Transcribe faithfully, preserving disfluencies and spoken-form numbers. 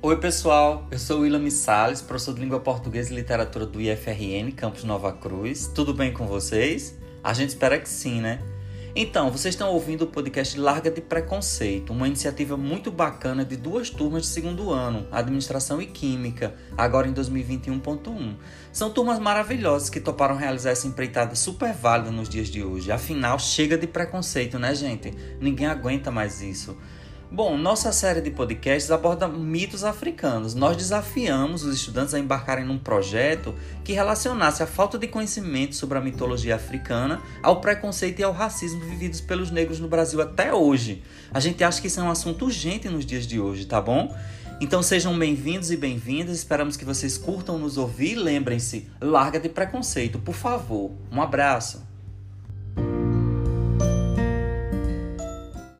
Oi pessoal, eu sou o Willam Salles, professor de Língua Portuguesa e Literatura do I F R N, Campus Nova Cruz. Tudo bem com vocês? A gente espera que sim, né? Então, vocês estão ouvindo o podcast Larga de Preconceito, uma iniciativa muito bacana de duas turmas de segundo ano, Administração e Química, agora em dois mil e vinte e um ponto um. São turmas maravilhosas que toparam realizar essa empreitada super válida nos dias de hoje. Afinal, chega de preconceito, né, gente? Ninguém aguenta mais isso. Bom, nossa série de podcasts aborda mitos africanos. Nós desafiamos os estudantes a embarcarem num projeto que relacionasse a falta de conhecimento sobre a mitologia africana ao preconceito e ao racismo vividos pelos negros no Brasil até hoje. A gente acha que isso é um assunto urgente nos dias de hoje, tá bom? Então sejam bem-vindos e bem-vindas, esperamos que vocês curtam nos ouvir e lembrem-se, larga de preconceito, por favor. Um abraço!